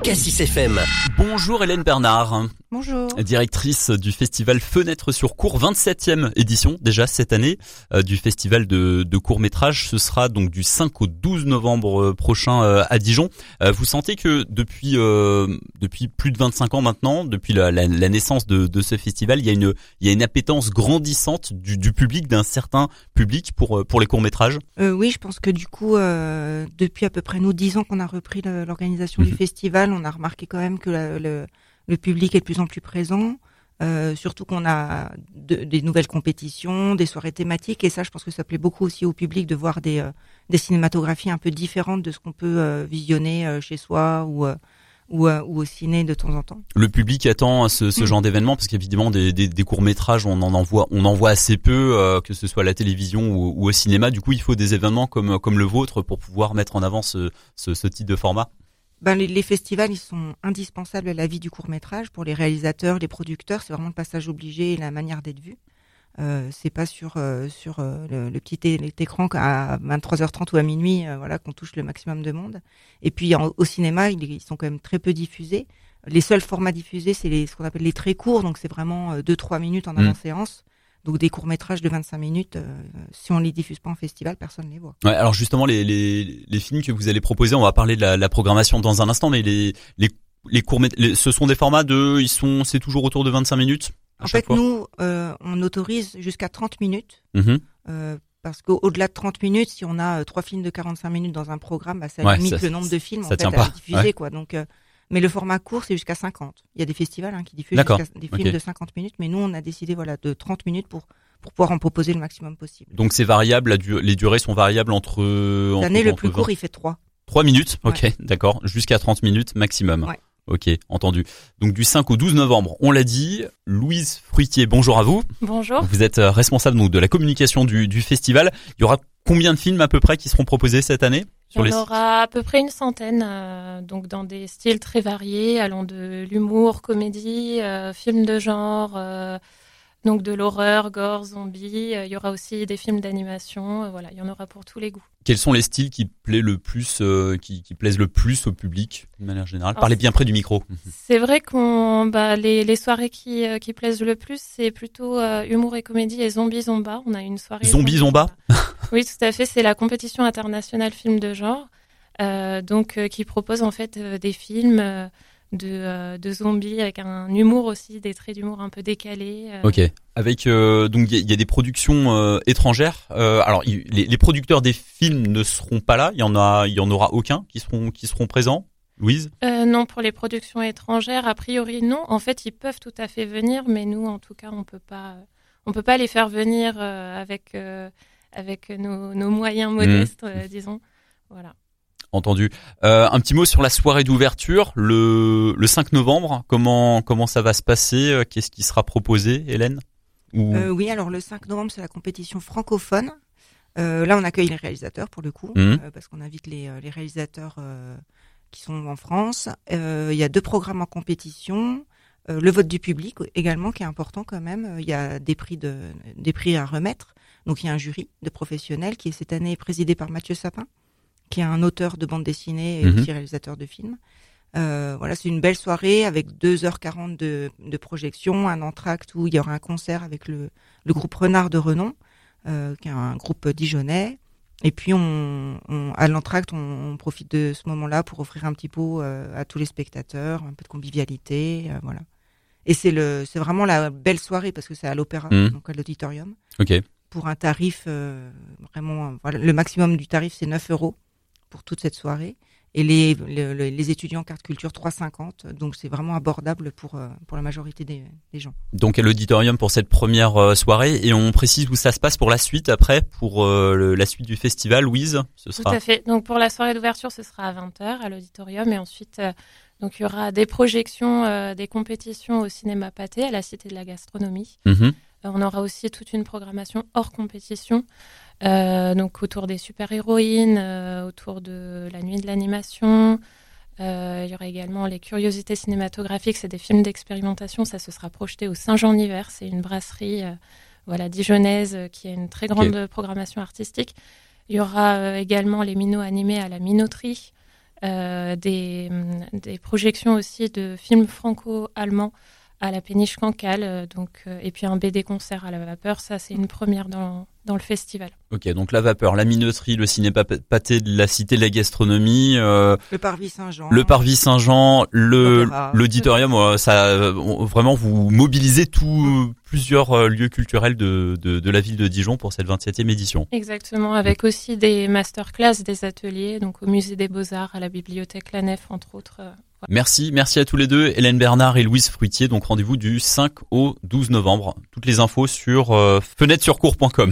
Cassis FM. Bonjour Hélène Bernard. Bonjour. Directrice du festival Fenêtre sur cours, 27e édition déjà cette année du festival de court-métrage. Ce sera donc du 5 au 12 novembre prochain à Dijon. Vous sentez que depuis plus de 25 ans maintenant, depuis la naissance de ce festival, il y a une appétence grandissante du public, d'un certain public pour les courts-métrages? Oui, je pense que du coup, depuis à peu près 10 ans qu'on a repris l'organisation du festival, on a remarqué quand même que le public est de plus en plus présent, surtout qu'on a des nouvelles compétitions, des soirées thématiques, et ça, je pense que ça plaît beaucoup aussi au public de voir des cinématographies un peu différentes de ce qu'on peut visionner chez soi ou au ciné de temps en temps. Le public attend ce genre d'événement parce qu'évidemment des courts-métrages on en voit assez peu, que ce soit à la télévision ou au cinéma. Du coup, il faut des événements comme le vôtre pour pouvoir mettre en avant ce type de format. Les festivals, ils sont indispensables à la vie du court-métrage pour les réalisateurs, les producteurs. C'est vraiment le passage obligé et la manière d'être vu. C'est pas sur le petit écran à 23h30 ou à minuit, qu'on touche le maximum de monde. Et puis au cinéma, ils sont quand même très peu diffusés. Les seuls formats diffusés, c'est ce qu'on appelle les très courts, donc c'est vraiment 2-3 minutes en avant-séance. Donc des courts-métrages de 25 minutes, si on les diffuse pas en festival, personne les voit. Ouais, alors justement les films que vous allez proposer, on va parler de la programmation dans un instant, mais les courts-métrages, ce sont des formats c'est toujours autour de 25 minutes. En fait, nous, on autorise jusqu'à 30 minutes. Parce qu'au-delà de 30 minutes, si on a 3 films de 45 minutes dans un programme, ça limite le nombre de films à diffuser, quoi. Donc, mais le format court, c'est jusqu'à 50. Il y a des festivals qui diffusent des films de 50 minutes, mais nous, on a décidé de 30 minutes pour pouvoir en proposer le maximum possible. Donc c'est variable, les durées sont variables entre l'année, le plus court, il fait 3 minutes, ok, d'accord, jusqu'à 30 minutes maximum. Ouais. Ok, entendu. Donc du 5 au 12 novembre, on l'a dit. Louise Fruitier, bonjour à vous. Bonjour. Vous êtes responsable donc de la communication du festival. Il y aura combien de films à peu près qui seront proposés cette année? Il y en aura à peu près une centaine, donc dans des styles très variés, allant de l'humour, comédie, films de genre, donc de l'horreur, gore, zombie. Il y aura aussi des films d'animation. Il y en aura pour tous les goûts. Quels sont les styles qui plaisent le plus, qui plaisent le plus au public de manière générale? Parlez bien près du micro. C'est vrai les soirées qui plaisent le plus, c'est plutôt humour et comédie et zombie zomba. On a une soirée zombie zomba. Oui, tout à fait. C'est la compétition internationale film de genre, qui propose en fait des films de zombies avec un humour aussi, des traits d'humour un peu décalés. Ok. Avec donc il y a des productions étrangères. Alors les producteurs des films ne seront pas là. Il y en aura aucun qui seront présents. Louise? Non, pour les productions étrangères, a priori non. En fait, ils peuvent tout à fait venir, mais nous, en tout cas, on peut pas les faire venir avec nos moyens modestes, disons. Voilà. Entendu. Un petit mot sur la soirée d'ouverture, le 5 novembre. Comment ça va se passer? Qu'est-ce qui sera proposé, Hélène? Oui, alors le 5 novembre, c'est la compétition francophone. Là, on accueille les réalisateurs pour le coup, parce qu'on invite les réalisateurs qui sont en France. Il y a 2 programmes en compétition. Le vote du public également, qui est important quand même. Il y a des prix à remettre. Donc, il y a un jury de professionnels qui est cette année présidé par Mathieu Sapin, qui est un auteur de bande dessinée et aussi réalisateur de films. C'est une belle soirée avec 2h40 de projection, un entracte où il y aura un concert avec le groupe Renard de Renom, qui est un groupe dijonnais. Et puis à l'entracte, on profite de ce moment-là pour offrir un petit pot à tous les spectateurs, un peu de convivialité, voilà. Et c'est vraiment la belle soirée parce que c'est à l'Opéra, donc à l'auditorium. Ok. Pour un tarif vraiment, le maximum du tarif c'est 9 € pour toute cette soirée. Et les étudiants carte culture 3,50, donc c'est vraiment abordable pour la majorité des gens. Donc à l'auditorium pour cette première soirée, et on précise où ça se passe pour la suite après, pour la suite du festival, Louise, ce sera... Tout à fait, donc pour la soirée d'ouverture ce sera à 20h à l'auditorium, et ensuite donc il y aura des projections, des compétitions au cinéma Pathé à la Cité de la Gastronomie. On aura aussi toute une programmation hors compétition, donc autour des super-héroïnes, autour de la nuit de l'animation. Il y aura également les curiosités cinématographiques, c'est des films d'expérimentation, ça se sera projeté au Saint-Jean-Hiver, c'est une brasserie dijonnaise qui a une très grande programmation artistique. Il y aura également les minots animés à la minoterie. des projections aussi de films franco-allemands à la Péniche Cancale, et puis un BD concert à la vapeur. Ça, c'est une première dans le festival. Ok, donc la vapeur, la minoterie, le ciné-pâté de la Cité de la Gastronomie, le Parvis Saint-Jean, l'auditorium, ça vraiment vous mobilisez plusieurs lieux culturels de la ville de Dijon pour cette 27e édition. Exactement, avec aussi des masterclass, des ateliers, donc au Musée des Beaux-Arts, à la Bibliothèque La Nef, entre autres. Merci à tous les deux, Hélène Bernard et Louise Fruitier. Donc rendez-vous du 5 au 12 novembre. Toutes les infos sur fenêtre-sur-cour.com.